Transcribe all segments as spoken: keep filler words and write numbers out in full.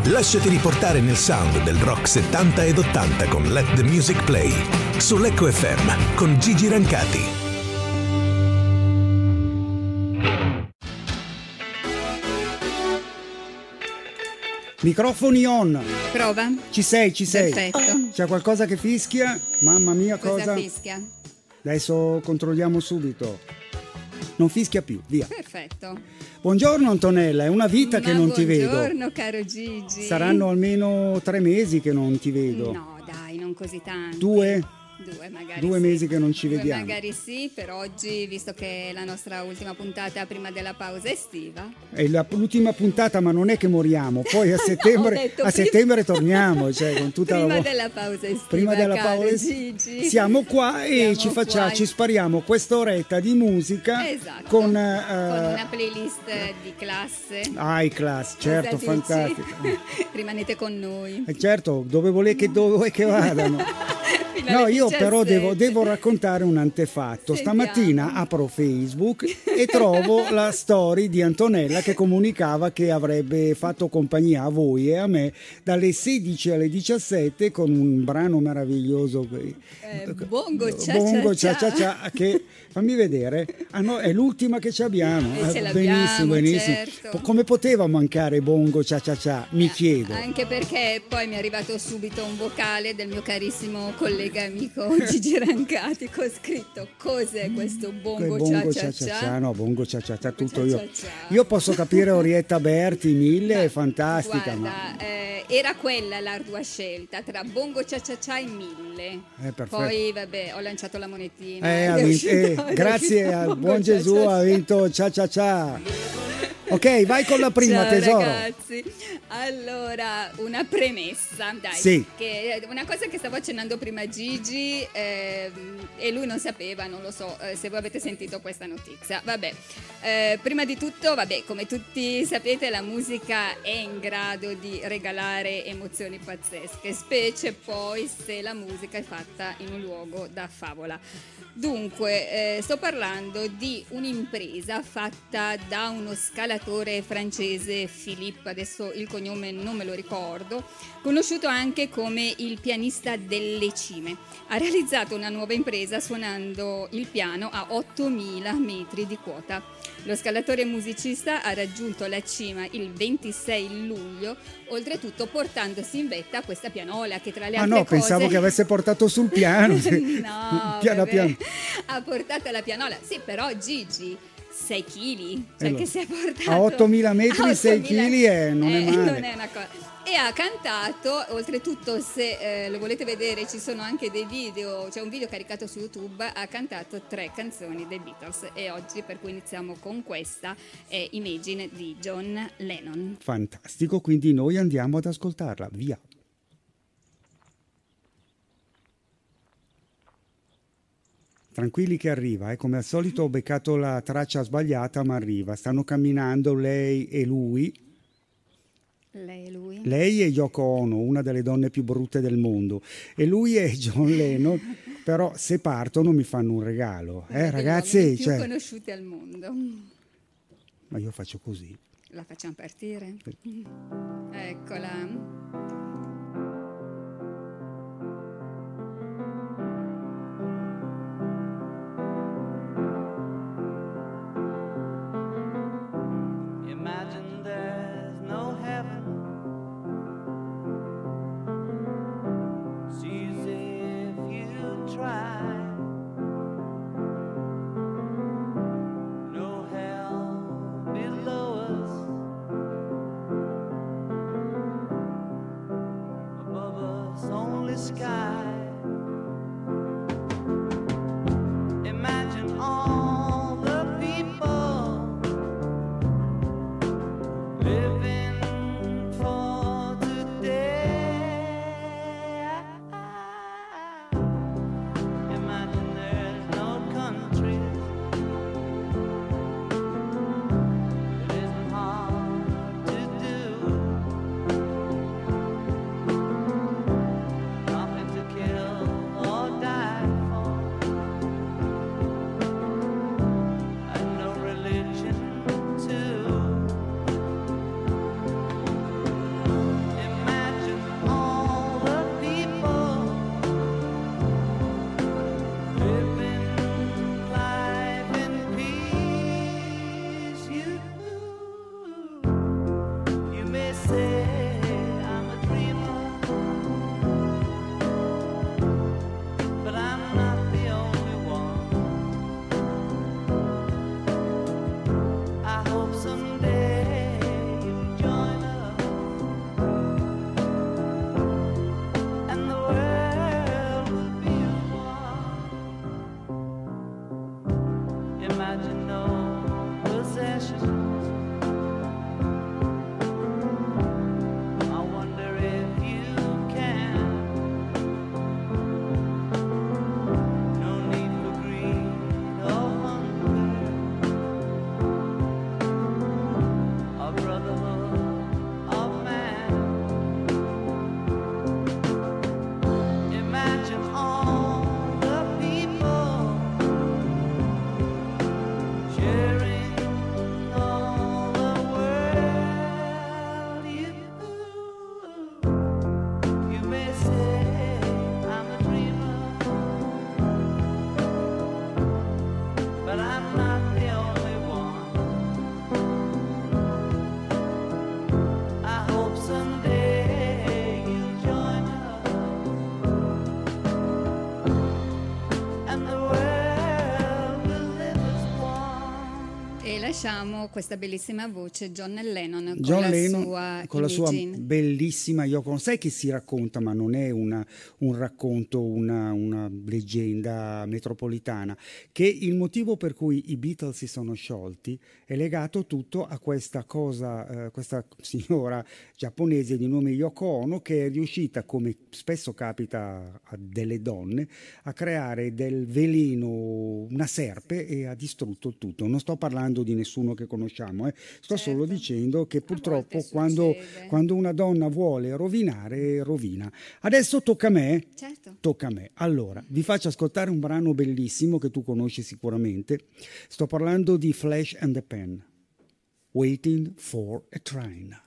Lasciati riportare nel sound del rock settanta ed ottanta con Let the Music Play su Lecco F M con Gigi Rancati. Microfoni on. Prova. Ci sei, ci sei. Perfetto. C'è qualcosa che fischia? Mamma mia, cosa? Cosa fischia? Adesso controlliamo subito. Non fischia più, via. Perfetto. Buongiorno Antonella, è una vita Ma che non ti vedo. Buongiorno caro Gigi. Saranno almeno tre mesi che non ti vedo. No dai, non così tanto. Due? Due magari Due sì. mesi che non ci Due vediamo. magari sì, per oggi, visto che è la nostra ultima puntata prima della pausa estiva. È la- l'ultima puntata, ma non è che moriamo. Poi a settembre, ho detto a prima- torniamo, torniamo. Cioè, con tutta Prima la... della pausa estiva, Prima della caro pausa Gigi. siamo qua e Siamo ci facciamo, qua. ci spariamo quest'oretta di musica Esatto. con, Con eh, una playlist di classe. high class, certo, Cosa dici? fantastico. Rimanete con noi. Eh, certo, dove vuole che, dove vuoi che vadano. Fino No, alle io però devo, diciassette. devo raccontare un antefatto. Sentiamo. Stamattina apro Facebook e trovo la story di Antonella che comunicava che avrebbe fatto compagnia a voi e a me dalle sedici alle diciassette con un brano meraviglioso. Eh, Bongo Cia Bongo Cia Cia Cia. Cia Cia, che fammi vedere. Ah, no, è l'ultima che ci abbiamo. E ce Eh, l'abbiamo, benissimo, benissimo. certo. Po- Come poteva mancare Bongo Cia Cia Cia? Mi chiedo. Anche perché poi mi è arrivato subito un vocale del mio carissimo collega amico Gigi Rancati con scritto: cos'è questo bongo, Bongo cia cia cia cia cia? cia, no, bongo cia cia cia, tutto Cia io. cia cia. Io posso capire Orietta Berti, mille, è fantastica, Guarda, eh, era quella l'ardua scelta tra bongo cia cia cia e mille. Eh, perfetto. Poi vabbè, ho lanciato la monetina. ma... Eh, ed ha è vinto- uscito- eh, ed è grazie uscito al bongo buon cia Gesù cia ha cia. vinto cia cia cia. Ok, vai con la prima, Ciao, tesoro. ragazzi, allora una premessa, dai, Sì. che una cosa che stavo accennando prima a Gigi ehm, e lui non sapeva, non lo so eh, se voi avete sentito questa notizia. Vabbè, eh, prima di tutto, vabbè, come tutti sapete, la musica è in grado di regalare emozioni pazzesche, specie poi se la musica è fatta in un luogo da favola. Dunque, eh, sto parlando di un'impresa fatta da uno scalatore francese, Philippe, adesso il cognome non me lo ricordo, conosciuto anche come il pianista delle cime. Ha realizzato una nuova impresa suonando il piano a ottomila metri di quota. Lo scalatore musicista ha raggiunto la cima il ventisei luglio, oltretutto portandosi in vetta questa pianola che tra le Ah altre no, cose... pensavo che avesse portato sul piano. No, piano vabbè. piano. Ha portato la pianola. Sì, però Gigi, sei chili, cioè Eh, lo- che si è portato a ottomila metri, a sei ottomila chili è- non è male. non è una cosa. E ha cantato, oltretutto se eh, lo volete vedere ci sono anche dei video, c'è un video caricato su YouTube, ha cantato tre canzoni dei Beatles e oggi per cui iniziamo con questa, è Imagine di John Lennon. Fantastico, quindi noi andiamo ad ascoltarla, via. Tranquilli che arriva, eh. Come al solito ho beccato la traccia sbagliata, ma arriva. Stanno camminando lei e lui. Lei e lui? Lei è Yoko Ono, una delle donne più brutte del mondo, e lui è John Lennon, però se partono mi fanno un regalo, Uno eh degli ragazzi, uomini più cioè, conosciuti al mondo. ma io faccio così. La facciamo partire? Eccola. Imagine there's no heaven. See as if you try. No hell below us. Above us only sky. Imagine all the people living for today. Imagine there's no countries. It isn't hard to do. Nothing to conosciamo questa bellissima voce, John Lennon, con John la Lennon sua con la sua Imagine. bellissima Yoko Ono. Sai che si racconta, ma non è una, un racconto, una, una leggenda metropolitana, che il motivo per cui i Beatles si sono sciolti è legato tutto a questa cosa, eh, questa signora giapponese di nome Yoko Ono, che è riuscita, come spesso capita a delle donne, a creare del veleno, una serpe, e ha distrutto il tutto. Non sto parlando di nessuno che conosciamo, eh. sto Certo. solo dicendo che A purtroppo volte quando, succede. quando una donna vuole rovinare, rovina. Adesso tocca a me. Certo. Tocca a me. Allora, vi faccio ascoltare un brano bellissimo che tu conosci sicuramente. Sto parlando di Flash and the Pen. Waiting for a Train.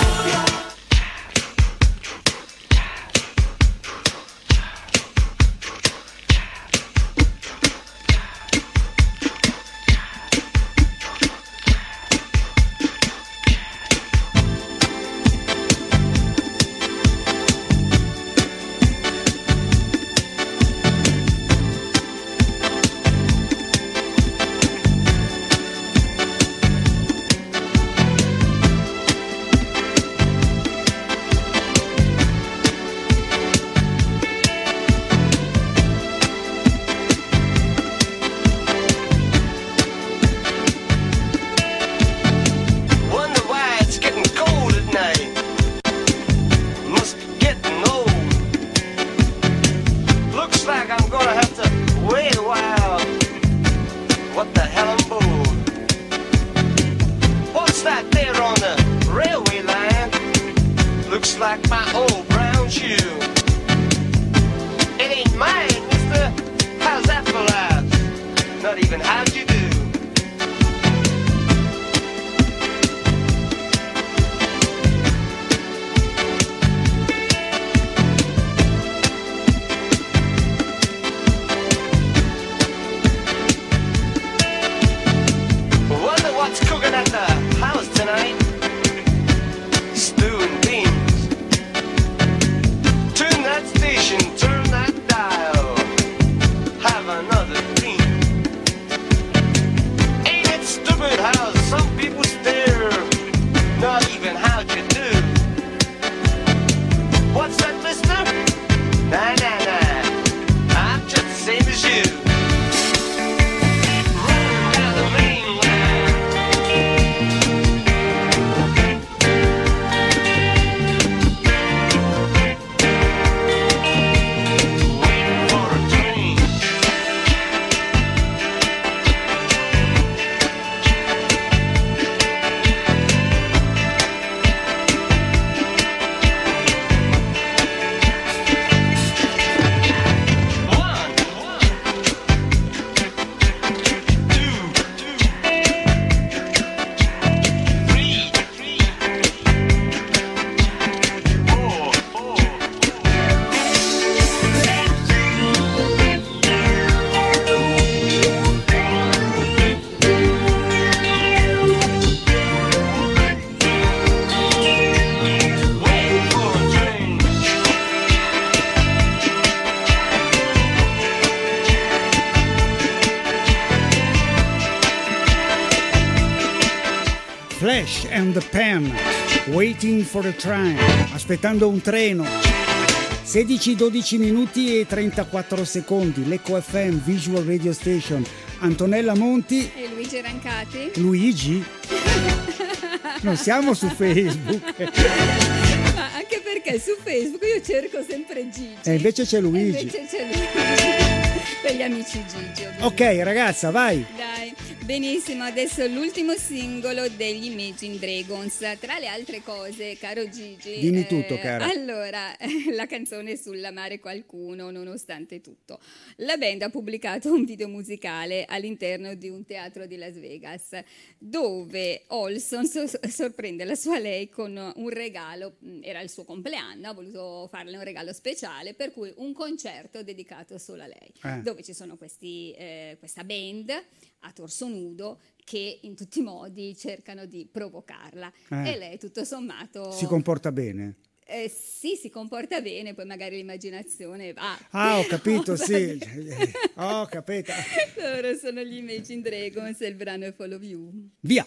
Wonder why it's getting cold at night. Must be getting old. Looks like I'm gonna have to wait a while. What the hell I'm bored. What's that there on the railway line? Looks like my old brown shoe. It ain't mine, mister. How's that for life? Not even how'd you do? Wonder what's cooking at the house tonight? Stew and beans. Turn that station, turn that dial. Have another dream. Ain't it stupid how some people stare? Not even how'd you do? What's that, mister? Nah, nah, nah. I'm just the same as you. Running down the main line. Waiting for a train. One, two, three, four, waiting for a train. Flash and the Pen, Waiting for a Train, aspettando un treno. sedici dodici minuti e trentaquattro secondi, Lecco F M, Visual Radio Station, Antonella Monti, E Luigi Rancati? Luigi. Non siamo su Facebook, Ma anche perché su Facebook io cerco sempre Gigi. e invece c'è E Luigi. invece c'è Luigi. Per gli amici Gigi, ovviamente. Ok ragazza, vai. Dai, benissimo, adesso l'ultimo singolo degli Imagine Dragons. Tra le altre cose, caro Gigi, Dimmi tutto, cara. Allora, la canzone Sull'amare qualcuno, nonostante tutto. La band ha pubblicato un video musicale all'interno di un teatro di Las Vegas, dove Olson so- sorprende la sua lei con un regalo. Era il suo compleanno, ha voluto farle un regalo speciale, per cui un concerto dedicato solo a lei, Eh. dove ci sono questi, eh, questa band a torso nudo che in tutti i modi cercano di provocarla, Eh. e lei tutto sommato Si comporta bene. Eh, sì, si comporta bene, poi magari l'immaginazione va. Ah, ho capito, Va sì. bene. Ho capito. Loro sono gli Imagine Dragons e il brano è Follow You. Via.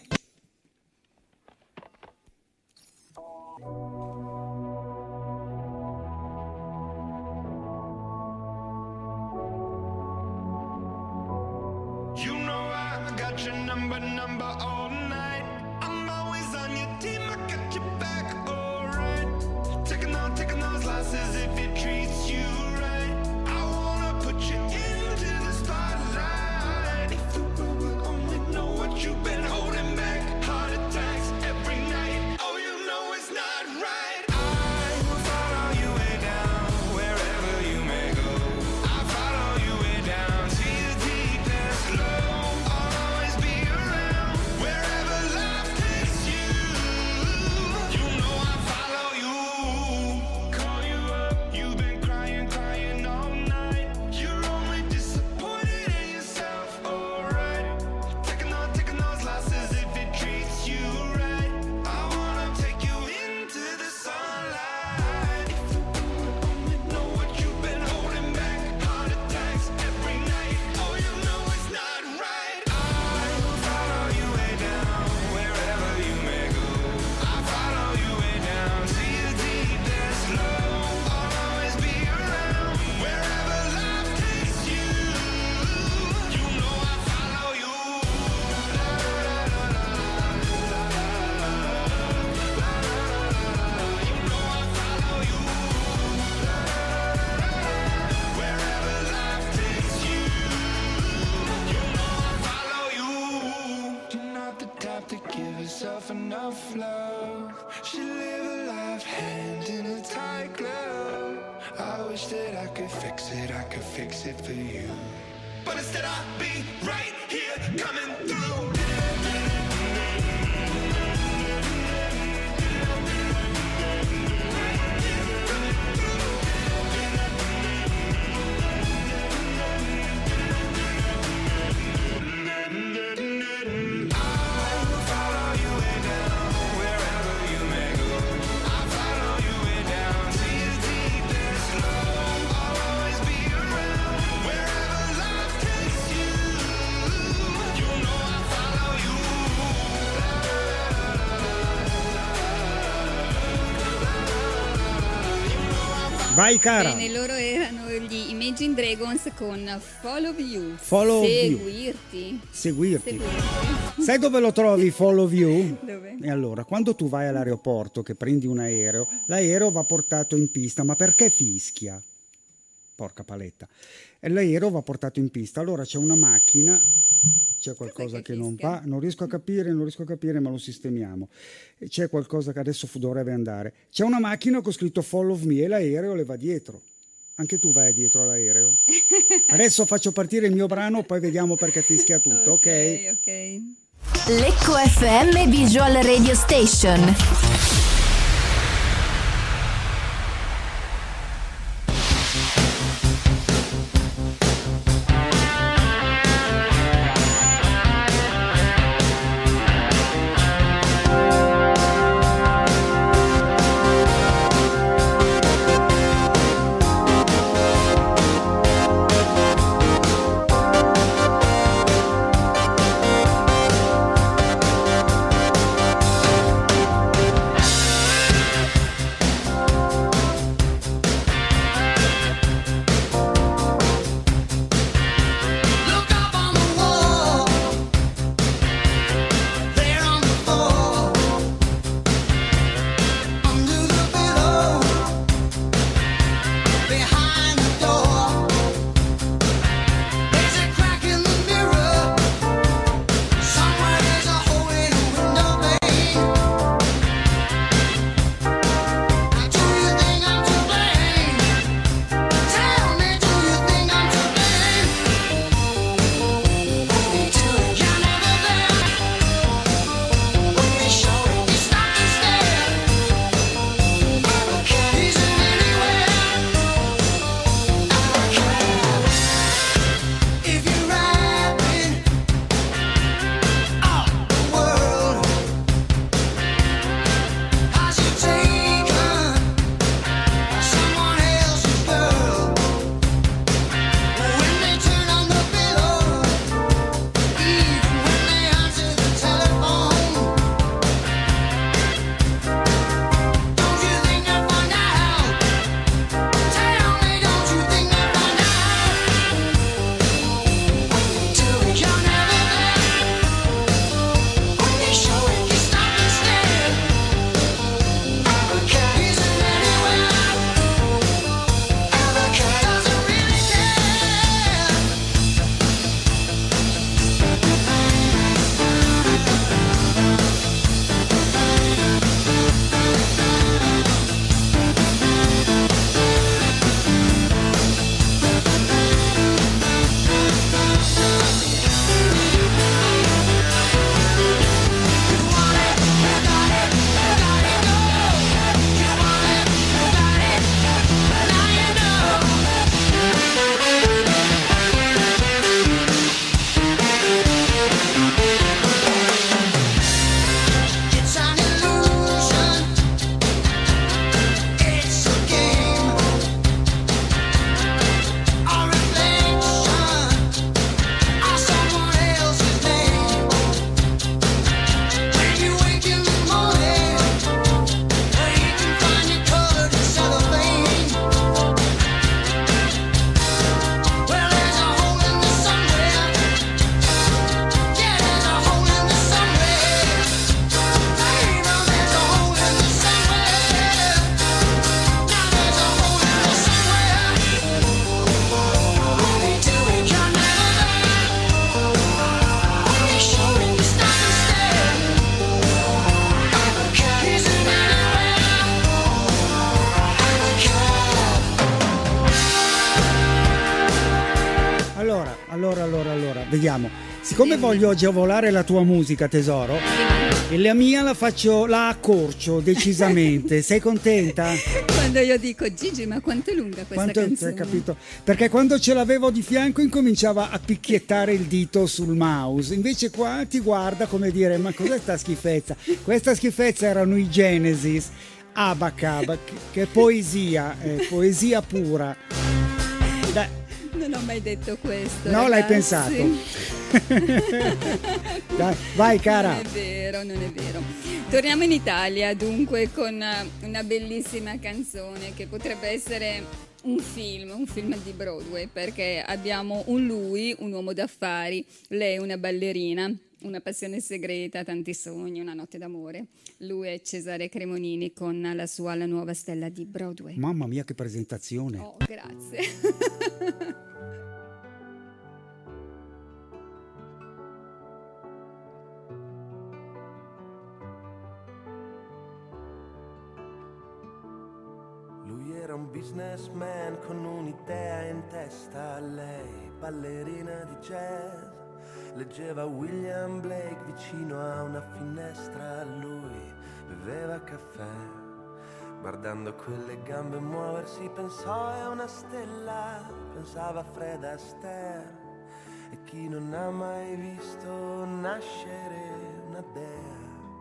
You know I got your number, number all night. I'm always on your team, I got your back, alright. Taking on, taking those losses if it treats you right. I wanna put you into the spotlight. If the world would only know what you've been holding back. Heart attacks every night. Oh, you know it's not right. I will follow you way down, wherever you may go. I follow you way down to your deepest low. I'll always be around, wherever life takes you. You know I follow you. Call you up, you've been crying, crying all night. You're only disappointed in yourself, alright. Taking on, taking those losses if it treats you right. I wanna take you into the sunlight. If the world would only know what you've been holding back. Heart attacks every night. Oh, you know it's not right. I will follow you way down, wherever you may go. I follow you way down to your deepest low. I'll always be around, wherever life takes you. You know I follow you. You know I follow you. Wherever life takes you. You know I follow you. You're not the type to give yourself enough love. Should live a life hand in a tight glove. I wish that I could fix it, I could fix it for you. But instead I'll be right here coming through. Vai cara. Bene, loro erano gli Imagine Dragons con Follow You. Follow You. Seguirti. Seguirti. Seguirti. Sai dove lo trovi Follow You? Dove? E allora, quando tu vai all'aeroporto che prendi un aereo, l'aereo va portato in pista, ma perché fischia? Porca paletta. E l'aereo va portato in pista, allora c'è una macchina, c'è qualcosa Cos'è che, che non fischia? va, non riesco a capire, non riesco a capire, ma lo sistemiamo. E c'è qualcosa che adesso fu- dovrebbe andare. C'è una macchina con scritto Follow Me e l'aereo le va dietro. Anche tu vai dietro all'aereo? Adesso faccio partire il mio brano, poi vediamo perché fischia tutto, ok? Ok. Lecco F M Visual Radio Station. vediamo. Siccome voglio agevolare la tua musica, tesoro, e la mia la faccio, la accorcio decisamente. Sei contenta? Quando io dico Gigi, ma quanto è lunga questa Quanto, canzone? hai capito? Perché quando ce l'avevo di fianco incominciava a picchiettare il dito sul mouse. Invece qua ti guarda come dire, ma cos'è sta schifezza? Questa schifezza erano i Genesis. Abacaba, che, che poesia, eh, poesia pura. Dai. Non ho mai detto questo. No, l'hai ragazzi. pensato. Dai, vai cara. Non è vero, non è vero. Torniamo in Italia dunque con una bellissima canzone che potrebbe essere un film, un film di Broadway, perché abbiamo un lui, un uomo d'affari, lei una ballerina, una passione segreta, tanti sogni, una notte d'amore. Lui è Cesare Cremonini con la sua La nuova stella di Broadway. Mamma mia che presentazione. Oh, grazie. Lui era un businessman con un'idea in testa, lei ballerina di jazz. Leggeva William Blake vicino a una finestra, lui beveva caffè. Guardando quelle gambe muoversi pensò è una stella, pensava a Fred Astaire. E chi non ha mai visto nascere una dea?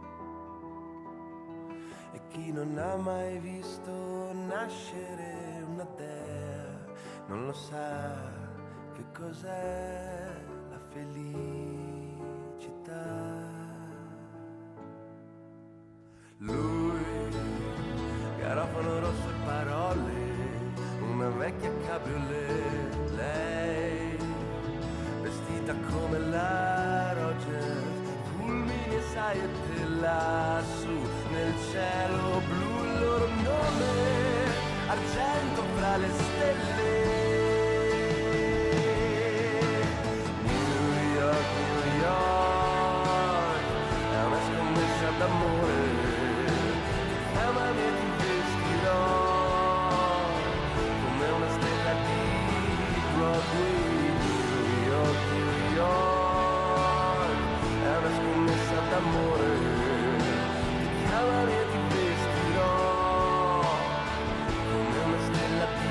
E chi non ha mai visto nascere una dea non lo sa che cos'è la felicità. Lui, garofano rosso e parole, una vecchia cabriolet, lei, vestita come la Rogers, fulmini e saette lassù nel cielo blu, il loro nome, argento fra le stelle. New York, New York, è una scommessa d'amore, chiamami e ti vestirò come una stella di Broadway. New York, New York, è una scommessa d'amore, chiamami e ti vestirò come una stella di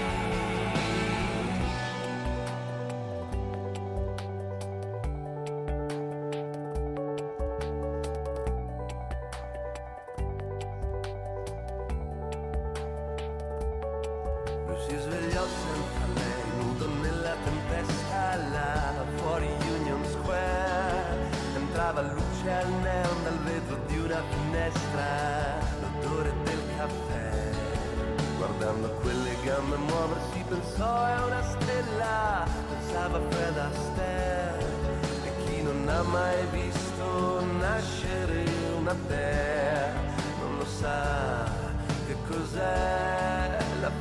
Lui si svegliò senza lei, nudo nella tempesta, là fuori Union Square. Entrava luce al neon dal vetro di una finestra, l'odore del caffè. Guardando quelle gambe muoversi pensò è una stella, pensava a Fred Astaire. E chi non ha mai visto nascere una dea non lo sa che cos'è la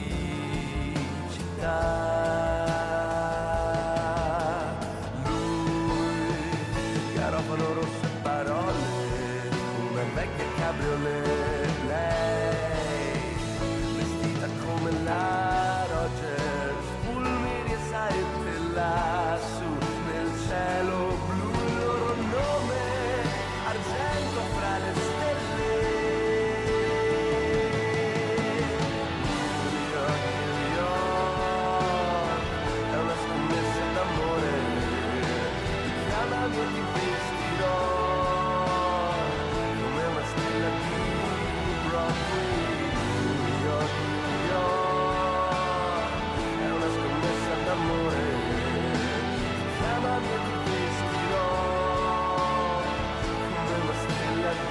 felicità. Lui, garofano rosso e parole, una vecchia cabriolet, lei, vestita come la Rogers, fulmini e saette lassù nel cielo blu, il loro nome, argento fra le stelle. New York, New York, è una scommessa d'amore, chiamami e ti vestirò come una stella di Broadway. New York, New York, è una scommessa d'amore, chiamami e ti vestirò come una stella di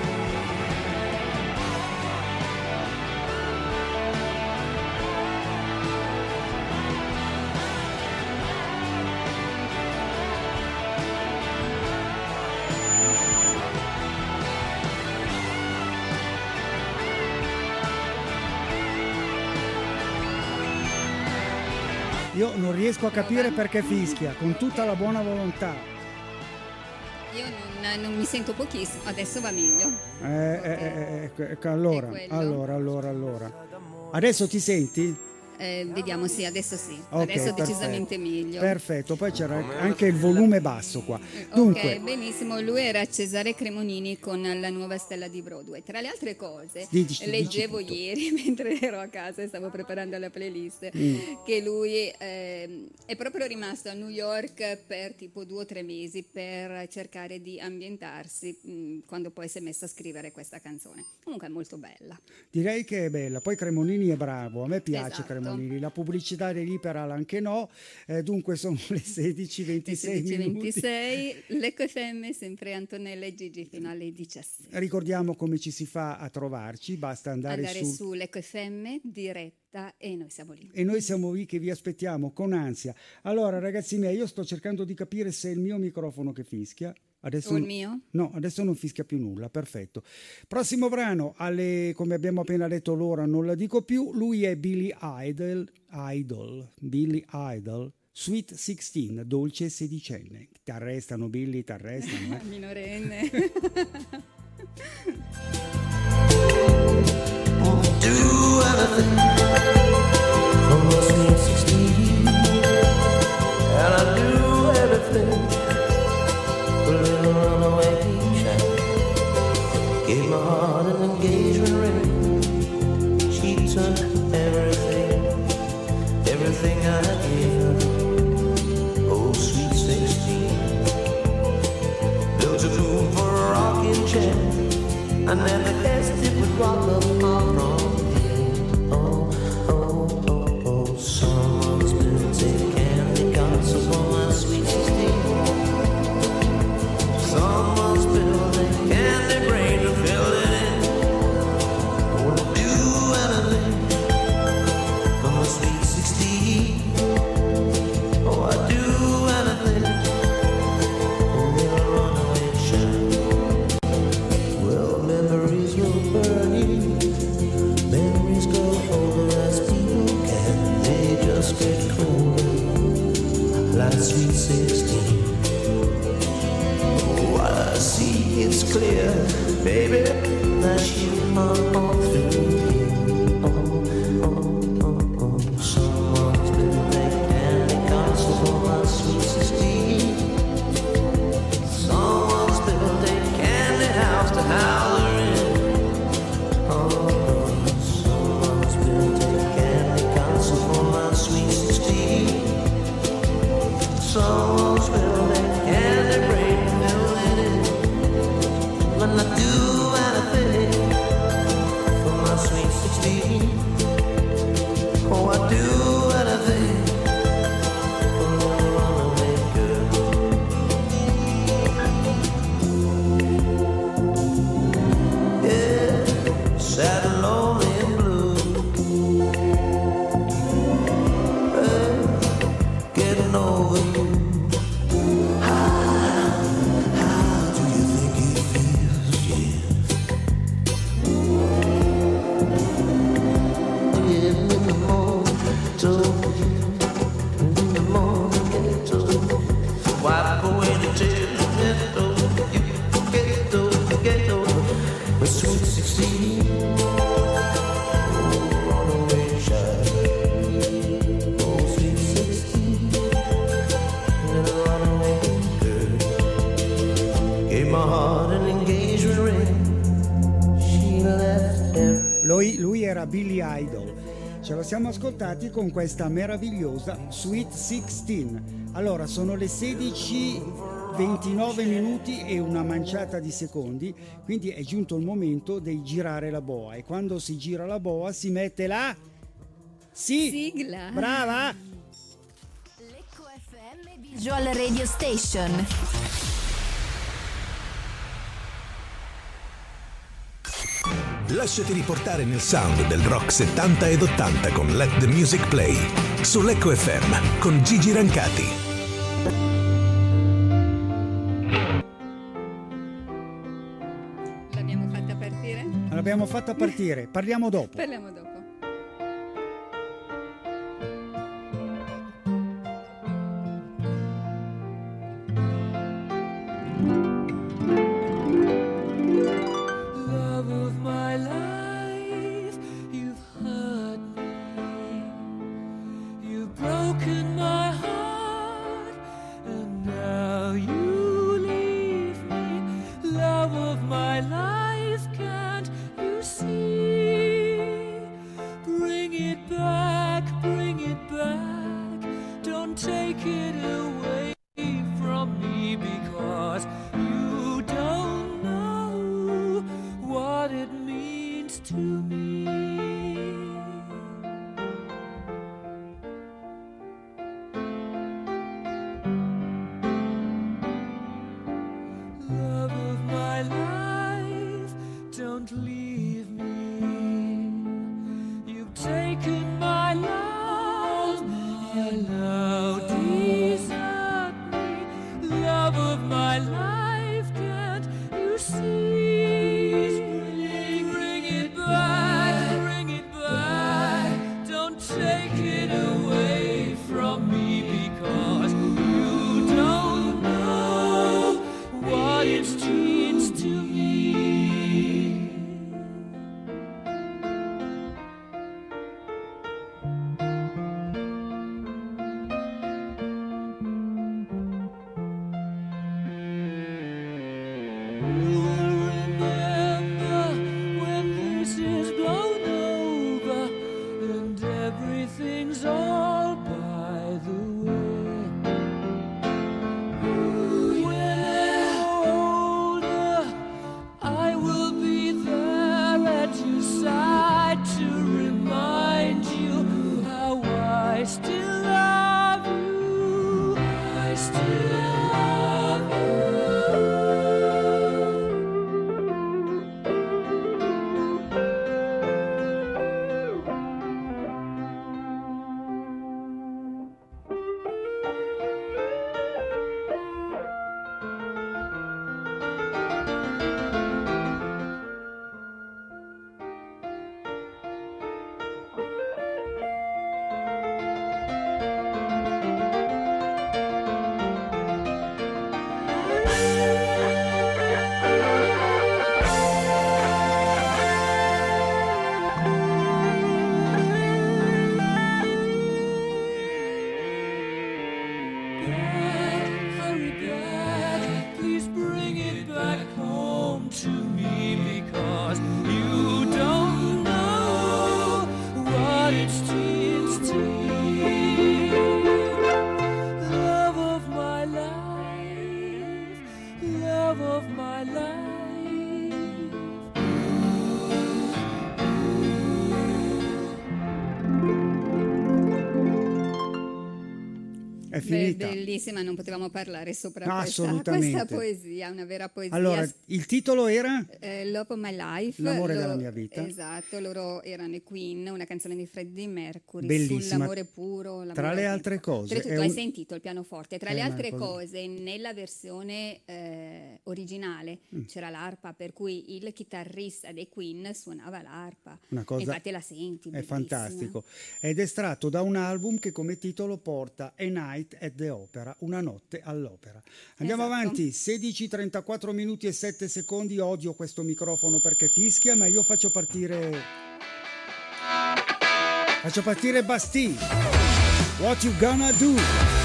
Io non riesco a capire perché fischia, con tutta la buona volontà. Io non, non mi sento pochissimo, adesso va meglio. Eh, eh, eh, eh, ecco, allora, È quello. allora, allora, allora. Adesso ti senti? Eh, vediamo, sì, adesso sì, Ok, adesso perfetto. decisamente meglio. Perfetto, poi c'era anche il volume basso qua. Dunque, Ok, benissimo, lui era Cesare Cremonini con la nuova stella di Broadway. Tra le altre cose, Dici- leggevo dici tutto. ieri mentre ero a casa e stavo preparando la playlist Mm. che lui ehm, è proprio rimasto a New York per tipo due o tre mesi per cercare di ambientarsi mh, quando poi si è messo a scrivere questa canzone. Comunque è molto bella. direi che è bella. Poi Cremonini è bravo, a me piace Esatto. Cremonini. La pubblicità dell'Iperal anche no. Eh, dunque sono le sedici e ventisei sedici e minuti. ventisei, l'Ecco F M, sempre Antonella e Gigi fino alle diciassette. Ricordiamo come ci si fa a trovarci, basta andare, Andare su. su Lecco F M diretta e noi siamo lì. E noi siamo lì che vi aspettiamo con ansia. Allora, ragazzi miei, io sto cercando di capire se è il mio microfono che fischia. Adesso O il non- mio? No, adesso non fischia più nulla, perfetto. Prossimo brano, alle, come abbiamo appena detto l'ora, non la dico più, lui è Billy Idol, Idol, Billy Idol, Sweet sedici, dolce sedicenne. Ti arrestano Billy, ti arrestano. Eh? Minorenne. Do anything for my sweet sixteen, and I do everything for a little runaway child. Gave my heart an engagement ring. She took everything, everything I gave her. Oh, sweet sixteen, built a room for a rocking chair. I never guessed it would rock up my wrong head. Oh, oh, oh, oh, someone's building candy castles on my sweet sixteen. Someone's building candy brain to fill it in. Won't do anything for my sweet sixteen. Oh, I'd do anything for a little runaway child. Well, memories will burn you. Memories go over as people can. They just get colder, like sweet sixteen. Oh, I see it's clear, baby, that you are all through here. Oh, oh, oh, oh, someone's been making candy castles on my sweet sixteen. Someone's built a candy house to house her in. Oh, someone's built a candy castle for my sweet sixteen. Someone's built a candy brain to fill it in. When I do anything for my sweet sixteen. Oh, I do anything for a little runaway girl. Yeah, sad and lonely and blue. Hey, getting over you. How, how do you think it feels? Yeah. Getting in the morning, told you. In the morning, get told. Wipe away the tears, get over you. Get over, get over. The sweet sixteen. Oh, runaway child. Oh, sweet sixteen. Little runaway girl. Gave my heart an engagement ring. She left every. Lui, lui era Billy Idol. Ce lo siamo ascoltati con questa meravigliosa Sweet sedici. Allora, sono le sedici e ventinove minuti e una manciata di secondi, quindi è giunto il momento di girare la boa. E quando si gira la boa si mette la... Sì! Sigla. Brava! Lecco F M Visual Radio Station. Lasciati riportare nel sound del rock settanta ed ottanta con Let the Music Play su Lecco F M con Gigi Rancati. L'abbiamo fatta partire? L'abbiamo fatta partire, parliamo dopo. Parliamo dopo. Love of my life, you've hurt me. È finita. Be- bellissima, non potevamo parlare sopra No, questa, assolutamente. questa poesia, una vera poesia. Allora, il titolo era Eh, Love of My Life, L'amore loro- della mia vita. Esatto, loro erano i Queen, una canzone di Freddie Mercury Bellissima. sull'amore puro. l'amore Tra le di- altre cose, Tra l'altro è tu hai un- sentito il pianoforte, tra È le una altre cosa- cose nella versione eh, originale Mm. c'era l'arpa, per cui il chitarrista dei Queen suonava l'arpa. una cosa, Infatti la senti, è bellissima. fantastico, ed è estratto da un album che come titolo porta A Night at the Opera, una notte all'opera. Andiamo Esatto. avanti, sedici trentaquattro minuti e sette secondi. Odio questo microfono perché fischia, ma io faccio partire faccio partire Bastille. What You Gonna Do?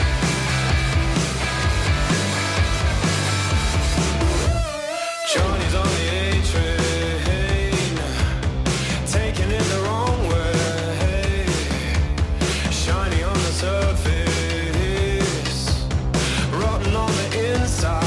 Johnny's on the A train, taking it the wrong way. Shiny on the surface, rotten on the inside.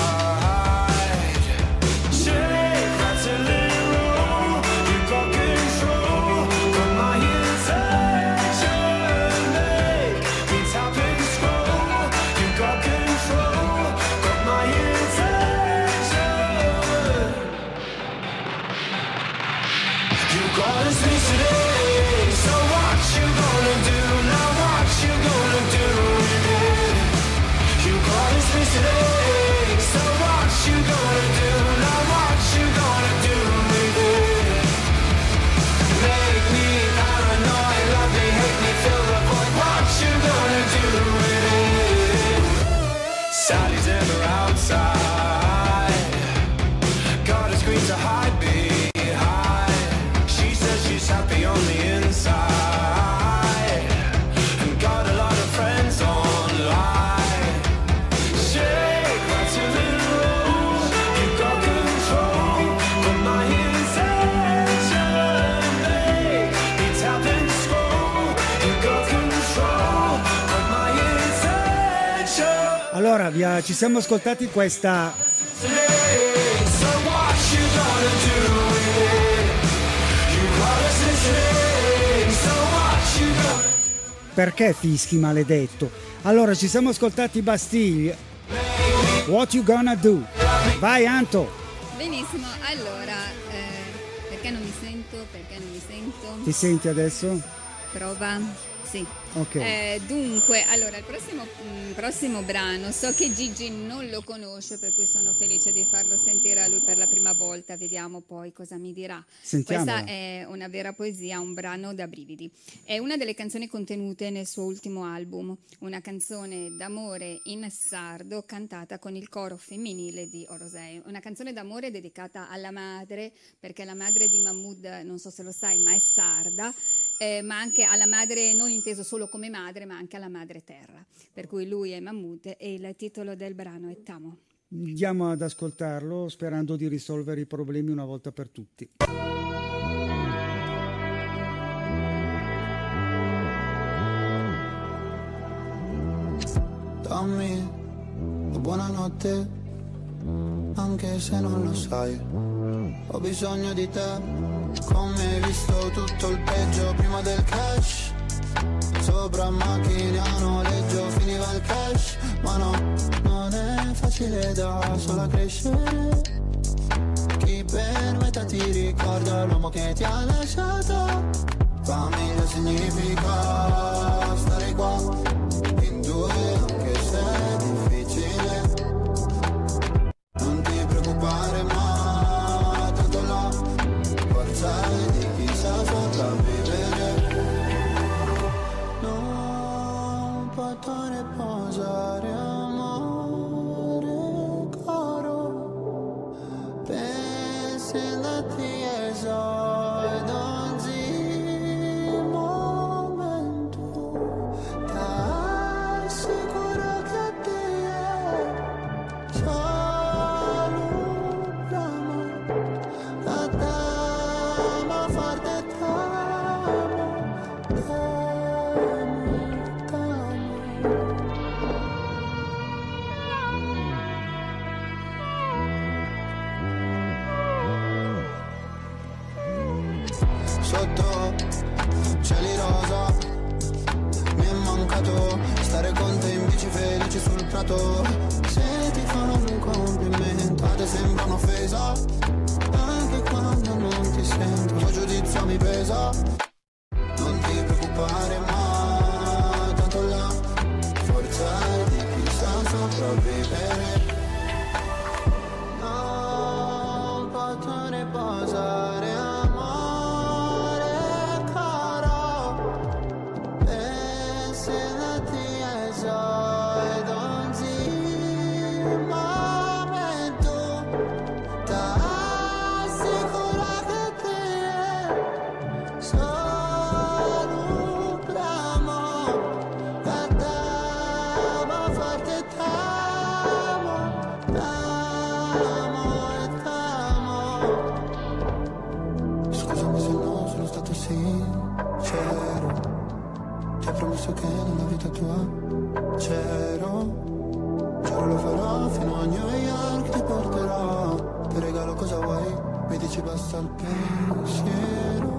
Shake, rattle and roll, you got control. Got my attention, make me tap and scroll. You got control, got my attention. You got us today, so what you gonna do now? What you gonna do with it? You got us today, so what you gonna do now? What you gonna do with it? Make me paranoid, love me, hate me, fill the void. What you gonna do with it? Sally's ever outside, got a screen to hide behind. She says she's happy on the inside and got a lot of friends online. Shake, rattle and roll, you got control. But my intention, make me tap and scroll. You got control, but my intention. Allora, via, ci siamo ascoltati questa Today, so what you gonna do with it? You got us today, so what you gonna perché fischi maledetto. Allora, ci siamo ascoltati Bastille, What You Gonna Do. Vai Anto, Benissimo, allora, eh, perché non mi sento? Perché non mi sento? ti senti adesso? Prova. Sì. Ok. Eh, dunque, allora, il prossimo, mh, prossimo brano, so che Gigi non lo conosce, per cui sono felice di farlo sentire a lui per la prima volta, vediamo poi cosa mi dirà. Sentiamola. Questa è una vera poesia, un brano da brividi. È una delle canzoni contenute nel suo ultimo album, una canzone d'amore in sardo cantata con il coro femminile di Orosei. Una canzone d'amore dedicata alla madre, perché la madre di Mahmood, non so se lo sai, ma è sarda. Eh, ma anche alla madre, non inteso solo come madre, ma anche alla madre terra. Per cui lui è Mahmood e il titolo del brano è Tamo. Andiamo ad ascoltarlo sperando di risolvere i problemi una volta per tutti. Dammi la buonanotte, anche se non lo sai. Ho bisogno di te, come hai visto tutto il peggio prima del cash. Sopra macchine a noleggio finiva il cash. Ma no, non è facile da sola crescere. Chi per metà ti ricorda l'uomo che ti ha lasciato. Famiglia significa stare qua in due, anche se è difficile. Non ti preoccupare ma tanto la forza è di chi sa sopravvivere. Non potrei posare amore caro. Pensi andati esoi non si muove. sbagliato. Se ti fanno un complimento, a te sembra un'offesa, anche quando non ti sento, il tuo giudizio mi pesa. Non ti preoccupare ma tanto la forza è di chi sa sopravvivere. Non posso riposare amore caro, pensati ai suoi donzi momento, t'assicuro che te sono un bramo, t'amo forte, t'amo, t'amo e t'amo. Scusami se non sono stato sincero, ti ho promesso che nella vita tua c'ero, giuro lo farò fino a New York, ti porterò, ti regalo cosa vuoi, mi dici basta il pensiero.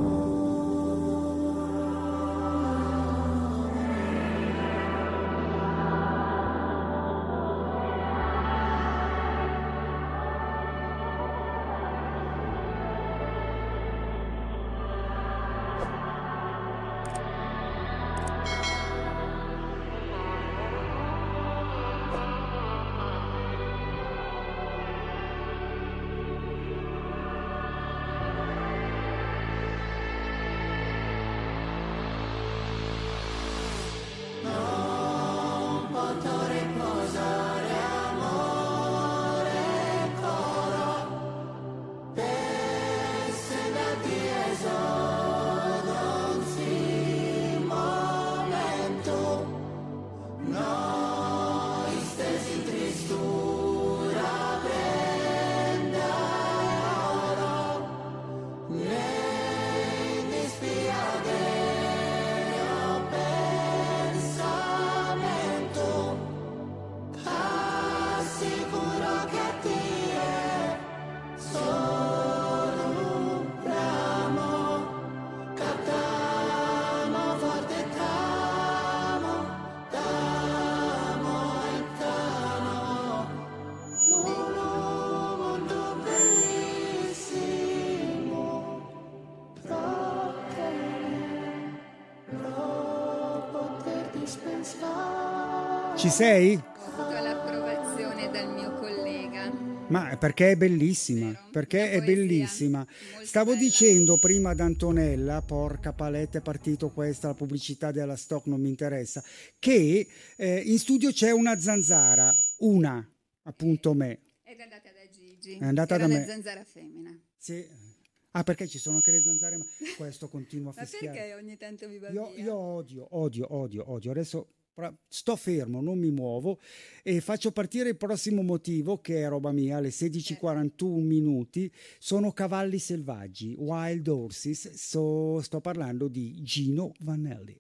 Ci sei? Ho avuto l'approvazione dal mio collega. Ma perché è bellissima, Vero? perché Una è poesia bellissima. molto Stavo bella. dicendo prima ad Antonella, porca paletta, è partito questa, la pubblicità della Stock non mi interessa, che eh, in studio c'è una zanzara, una, appunto me. Ed è andata da Gigi. È andata Era da una me. zanzara femmina. Sì. Ah, perché ci sono anche le zanzare, ma questo continua a Ma fischiare. perché ogni tanto vi va Io, via? io odio, odio, odio, odio. Adesso pra- sto fermo, non mi muovo e faccio partire il prossimo motivo, che è roba mia, alle sedici e quarantuno minuti. Sono Cavalli Selvaggi, Wild Horses. So- sto parlando di Gino Vanelli.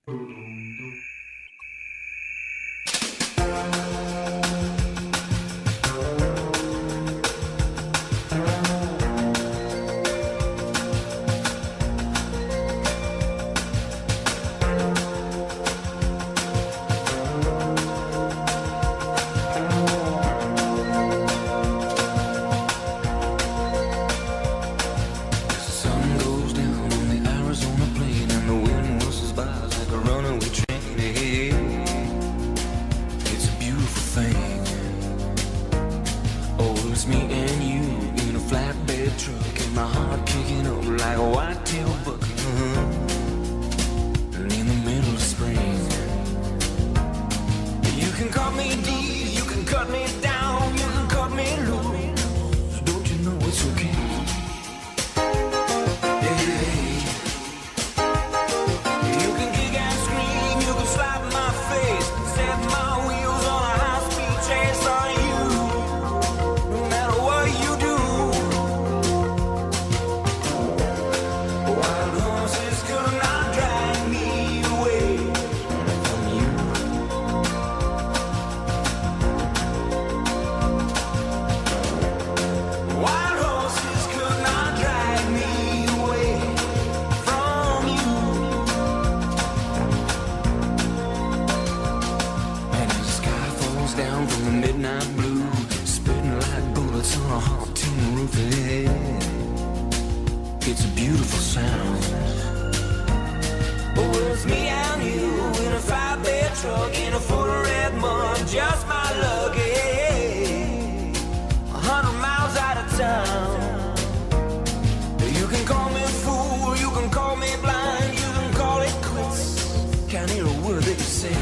Sun goes down on the Arizona plain and the wind whistles by like a runaway train. truck in a full of red mud, just my lucky. A hundred miles out of town. You can call me fool, you can call me blind, you can call it quits. Can't hear a word that you say.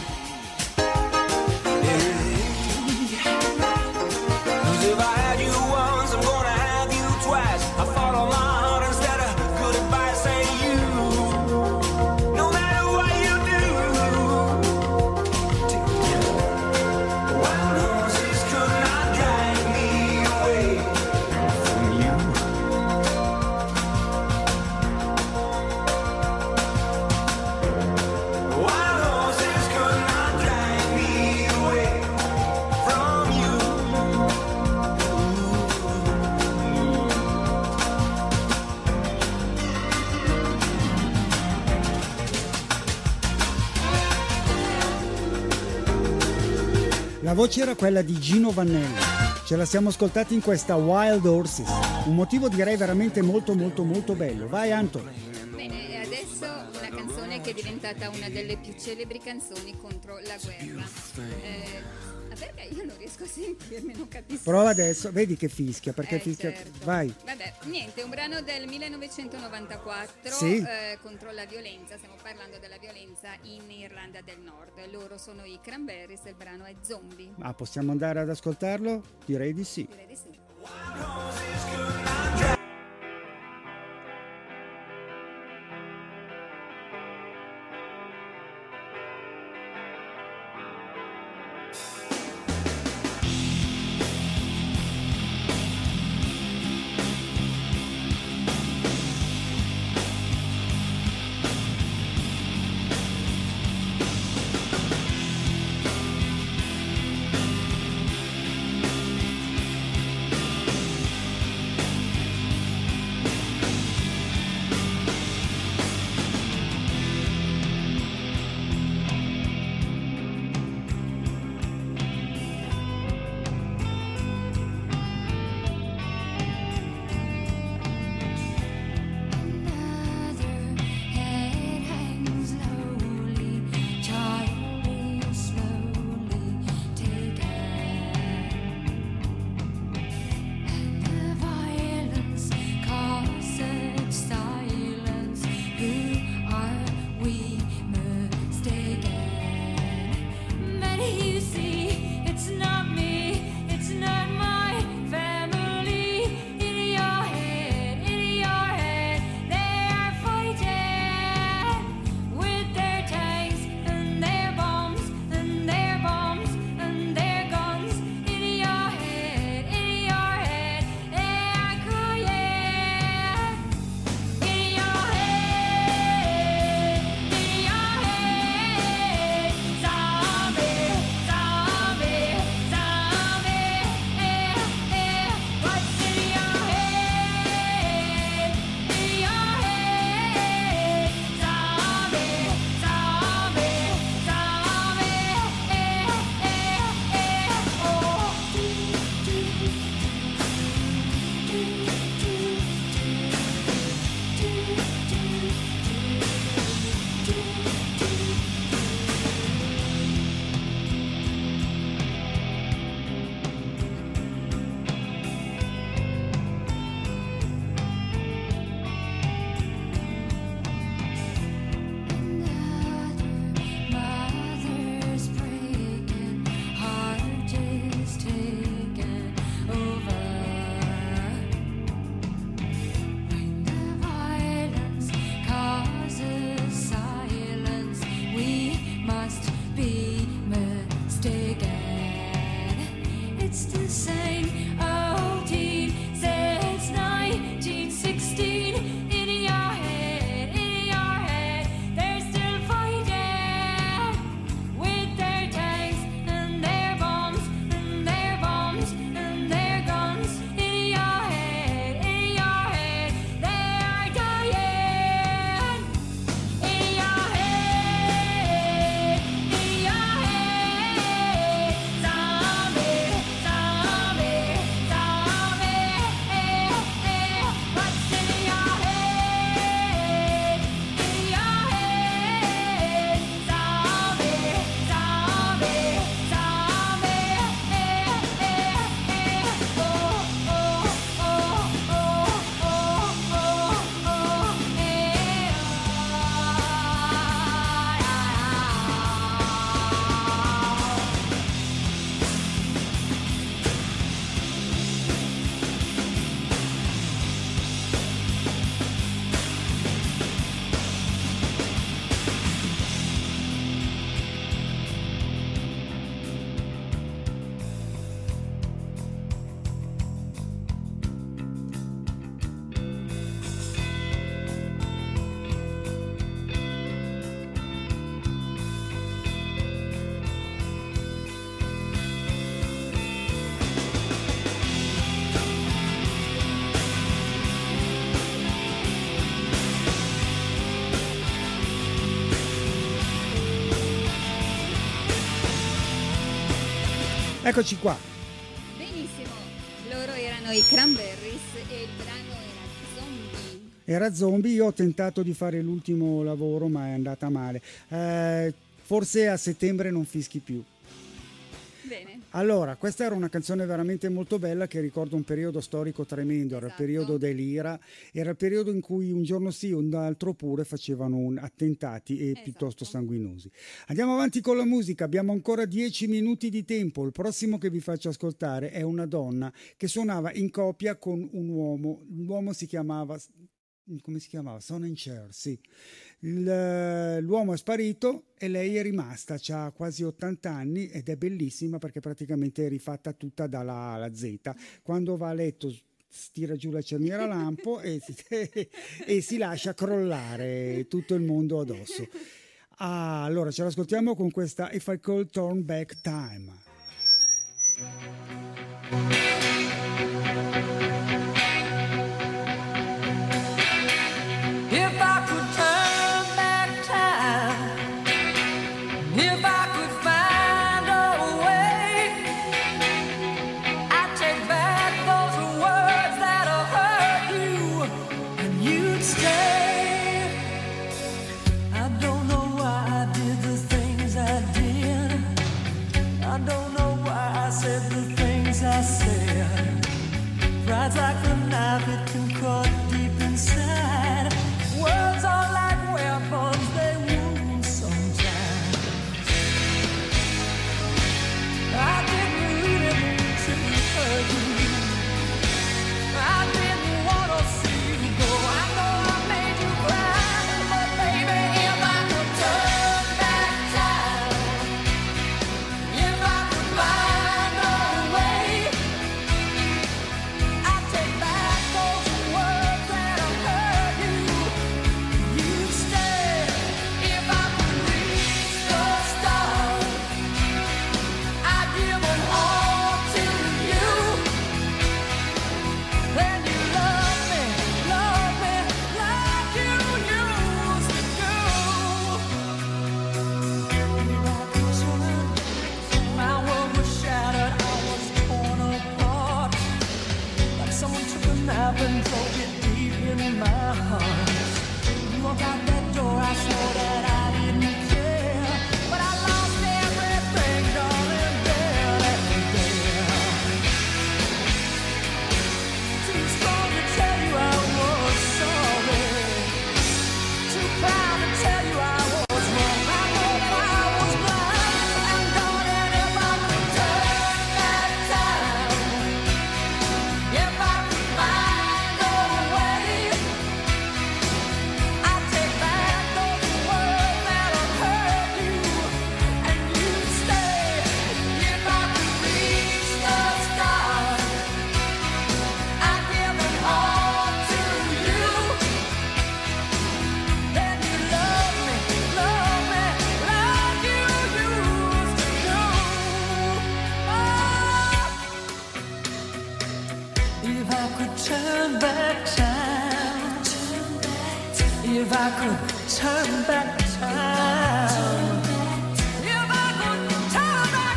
Cause if I had you once, I'm gonna have you twice. I follow my heart instead of good advice. Say you, no matter what you do, wild horses could not drag me away from you. Wild horses could not drag me away from you. La voce era quella di Gino Vannelli. Ce la siamo ascoltati in questa Wild Horses. Un motivo direi veramente molto molto molto bello. Vai Anto. Bene, e adesso una canzone che è diventata una delle più celebri canzoni contro la guerra. Eh, ma perché io non riesco a sentirmi, non capisco. Prova adesso, vedi che fischia, perché Eh, fischia. certo. Vai. Vabbè, niente, un brano del millenovecentonovantaquattro Sì. eh, contro la violenza. Stiamo parlando della violenza in Irlanda del Nord. Loro sono i Cranberries e il brano è Zombie. Ah, possiamo andare ad ascoltarlo? Direi di sì. Direi di sì. Wild Eccoci qua. Benissimo, loro erano i Cranberries e il brano era Zombie. Era Zombie, io ho tentato di fare l'ultimo lavoro ma è andata male. Eh, forse a settembre non fischi più. Bene. Allora, questa era una canzone veramente molto bella che ricorda un periodo storico tremendo, era il Esatto. periodo dell'Ira, era il periodo in cui un giorno sì, un altro pure facevano un- attentati e Esatto. piuttosto sanguinosi. Andiamo avanti con la musica, abbiamo ancora dieci minuti di tempo, il prossimo che vi faccio ascoltare è una donna che suonava in coppia con un uomo, l'uomo si chiamava... come si chiamava? Son and Cher, sì. Il- l'uomo è sparito e lei è rimasta, ha quasi ottanta anni ed è bellissima perché praticamente è rifatta tutta dalla A alla Z. Quando va a letto stira giù la cerniera lampo e, e si lascia crollare tutto il mondo addosso. Ah, allora ce l'ascoltiamo con questa If I Could Turn Back Time. If I could turn back time, if I could find a way, I'd take back those words that hurt you, and you'd stay. I don't know why I did the things I did. I don't know why I said the things I said. Pride's like the knife, it can cut deep inside. Words are like weapons, they wound sometimes. I didn't really mean to hurt you. I didn't want to see you go. I know I made you cry, but baby, if I could turn back time, if I could find a way, I'd take back those words that hurt you. You'd stay if I could reach the stars. I'd give them all to you. Then you love me, love me like you used to do. If I could turn, my world was shattered, I was torn apart. Like someone took a knife and drove it deep in my heart. You walk out that door, I swore that I didn't care, but I lost everything, darling, there and there. Too strong to tell you I was sorry, too proud to tell you I was wrong. I know I was blind, and darling, if I could turn back time, if I could find a way, I'd take back those words that hurt you, and you'd stay. If I could reach the stars, I'd give them all to you. Then you love me, love me like you used to do. Oh. If I could turn back time, if I could turn back time, if I could turn back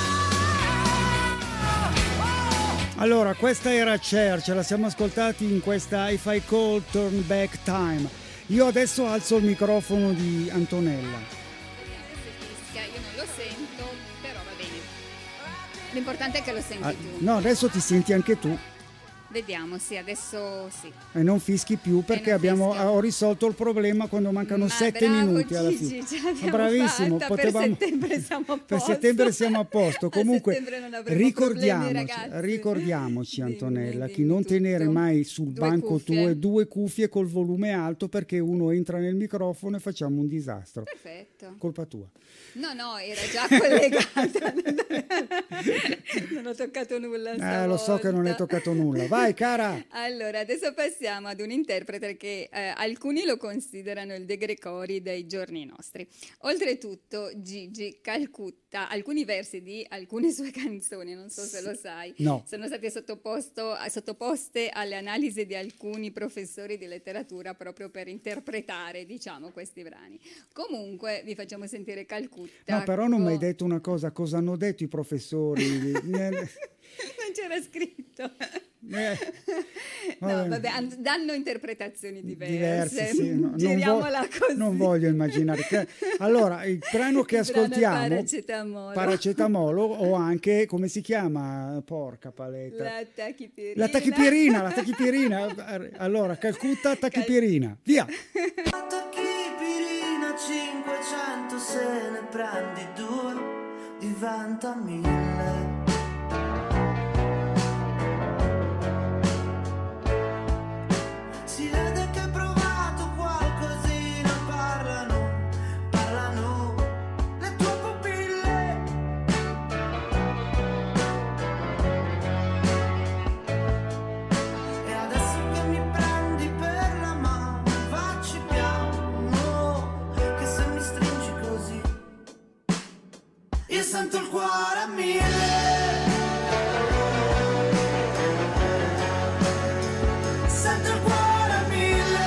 time. Allora, questa era Cher, ce la siamo ascoltati in questa If I Could Turn Back Time. Io adesso alzo il microfono di Antonella. Vediamo se fischia, io non lo sento, però va bene. L'importante è che lo senti Ah, tu. no, adesso ti senti anche tu Vediamo, sì, adesso sì. e non fischi più perché non abbiamo, fischio. ho risolto il problema quando mancano Ma sette bravo, minuti alla Gigi, fine. ce l'abbiamo Bravissimo, fatta, potevamo... per settembre siamo a posto. Per settembre siamo a posto. A Comunque settembre non avremo ricordiamoci, problemi, ragazzi. ricordiamoci Dimmi, Antonella, dimmi che non tutto. tenere mai sul Due banco cuffie. tue due cuffie col volume alto perché uno entra nel microfono e facciamo un disastro. Perfetto. Colpa tua. No, no, era già collegata. Non ho toccato nulla Eh, lo so che non hai toccato nulla. Vai Vai, cara. Allora, adesso passiamo ad un interprete che eh, alcuni lo considerano il De Gregori dei giorni nostri. Oltretutto, Gigi Calcutta, alcuni versi di alcune sue canzoni, non so se lo sai, No. sono state sottoposto, sottoposte alle analisi di alcuni professori di letteratura proprio per interpretare, diciamo, questi brani. Comunque, vi facciamo sentire Calcutta. No, però non mi hai con- detto una cosa, cosa hanno detto i professori? Eh, Non c'era scritto. eh, No, vabbè. vabbè, an- danno interpretazioni diverse. diversi, sì, no, non, Giriamola vo- così. non voglio immaginare. che- Allora, il brano che Il brano è ascoltiamo, Paracetamolo. Paracetamolo, o anche, come si chiama? Porca paletta. La tachipirina. La tachipirina, la tachipirina. Allora, Calcutta, tachipirina. Via. Tachipirina cinquecento, se ne prendi due diventa mille. Si vede che hai provato qualcosina, parlano, parlano le tue pupille. E adesso che mi prendi per la mano, facci piano, che se mi stringi così io sento il cuore a mille. Sento il cuore a mille.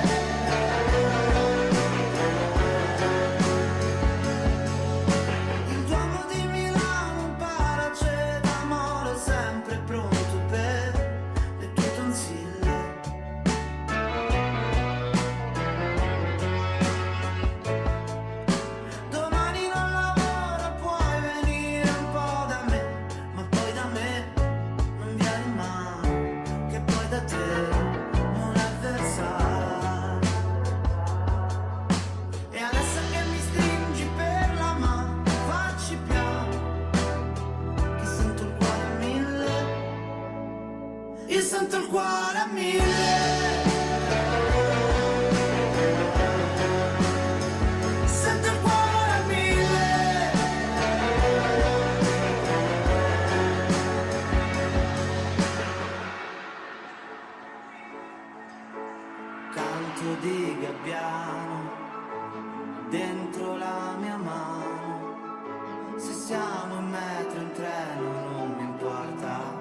Il Duomo di Milano, un paracetamolo sempre pronto per le tue tonsille. Domani non lavoro, puoi venire un po' da me, ma poi da me non vieni mai, che poi da te non è versare. E adesso che mi stringi per la mano, facci piano, che sento il cuore a mille. Io sento il cuore a mille. Sento il cuore a mille. Canto di gabbiano dentro la mia mano. Se siamo in metro, in treno, non mi importa.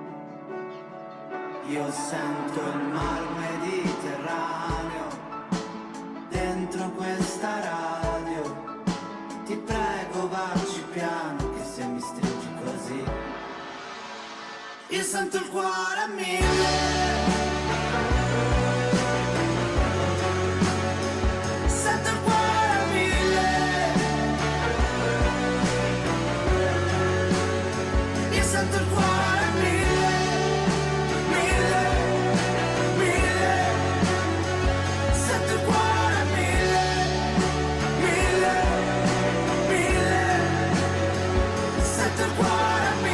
Io sento il mar Mediterraneo dentro questa radio. Ti prego, vacci piano, che se mi stringi così io sento il cuore a mille. Sento il cuore a mille. Io sento il cuore a mille. Mille, mille. Sento il cuore a mille. Mille, mille. Sento il cuore a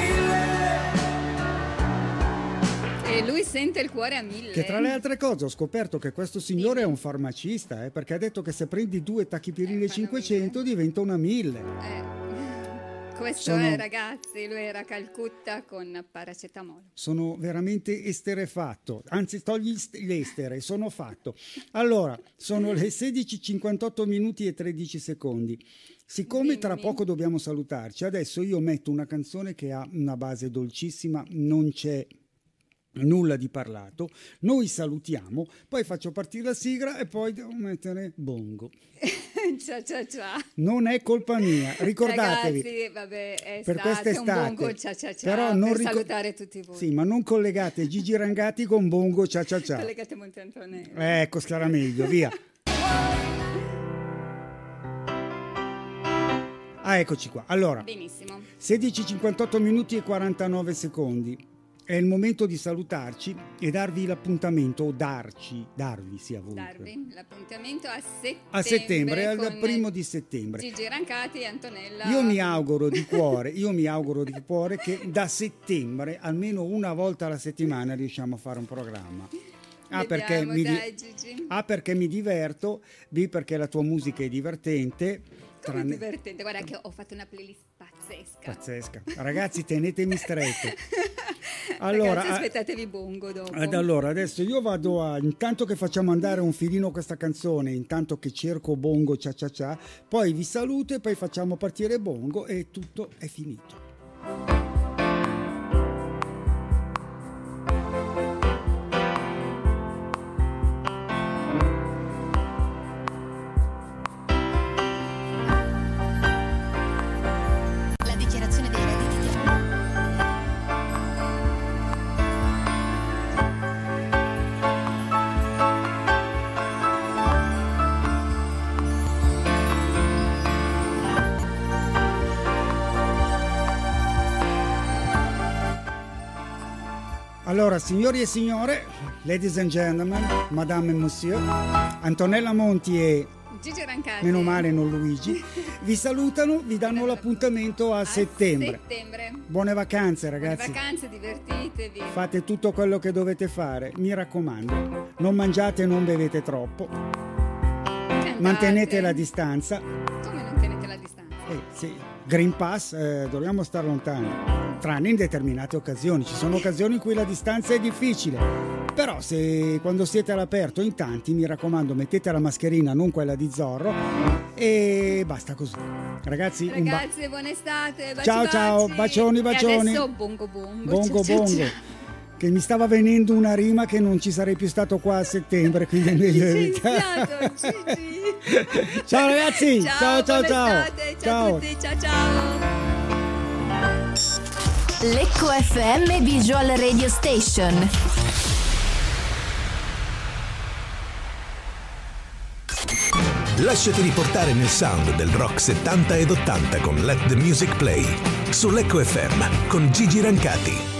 mille. E lui sente il cuore a mille. Che tra le altre cose ho scoperto che questo signore è un farmacista, eh, perché ha detto che se prendi due tachipirine Eh, fanno cinquecento diventa una mille. Eh, Questo Sono- è, ragazzi, lui era a Calcutta con paracetamolo. Sono veramente esterefatto, anzi togli st- l'estere, sono fatto. Allora, sono le sedici e cinquantotto minuti e tredici secondi. Siccome tra Dimmi. poco dobbiamo salutarci, adesso io metto una canzone che ha una base dolcissima, non c'è nulla di parlato, noi salutiamo, poi faccio partire la sigla e poi devo mettere bongo. Ciao ciao ciao. Non è colpa mia, ricordatevi. Ragazzi, vabbè, è Per estate, quest'estate. un bongo ciao ciao ciao, Però non per ricor- salutare tutti voi. Sì, ma non collegate Gigi Rangati con bongo ciao ciao ciao. Collegate Monte Antonello. Ecco, sarà meglio, via. Ah, eccoci qua. Allora, Benissimo. sedici e cinquantotto minuti e quarantanove secondi. È il momento di salutarci e darvi l'appuntamento, o darci, darvi sia voluto. Darvi l'appuntamento a settembre. A settembre, al con primo di settembre. Gigi Rancati e Antonella. Io mi auguro di cuore, io mi auguro di cuore che da settembre, almeno una volta alla settimana, riusciamo a fare un programma. A perché, Vediamo, mi di- dai, Gigi. A perché mi diverto, B perché la tua musica è divertente. Come tranne- divertente, guarda che ho fatto una playlist pazzesca. Pazzesca. Ragazzi, tenetemi stretto. Allora, Ragazzi, a- aspettatevi bongo dopo. Ed allora, adesso io vado a, intanto che facciamo andare un filino questa canzone, intanto che cerco bongo cia cia cia, poi vi saluto e poi facciamo partire bongo e tutto è finito. La dichiarazione dei redditi di Allora, signori e signore, ladies and gentlemen, madame e monsieur, Antonella Monti e Gigi Rancati. meno male non Luigi, vi salutano, vi danno l'appuntamento a settembre. settembre. Buone vacanze, Buone ragazzi. vacanze, divertitevi. Fate tutto quello che dovete fare, mi raccomando. Non mangiate e non bevete troppo. Cantate. Mantenete la distanza. Come non tenete la distanza? Eh, sì. Green Pass, eh, dobbiamo stare lontani, tranne in determinate occasioni. Ci sono occasioni in cui la distanza è difficile, però se quando siete all'aperto in tanti, mi raccomando, mettete la mascherina, non quella di Zorro, e basta così. Ragazzi, un ba- Ragazzi, buona estate. Baci, ciao ciao, baci. bacioni bacioni. E adesso bongo bongo. bongo Ciao, ciao, bongo. ciao. Che mi stava venendo una rima che non ci sarei più stato qua a settembre, quindi è meglio Licenziato, evitare. Gigi. Ciao ragazzi, ciao ciao buona ciao. estate, ciao a tutti, ciao ciao. Lecco F M Visual Radio Station. Lasciati riportare nel sound del rock settanta ed ottanta con Let the Music Play su Lecco F M con Gigi Rancati.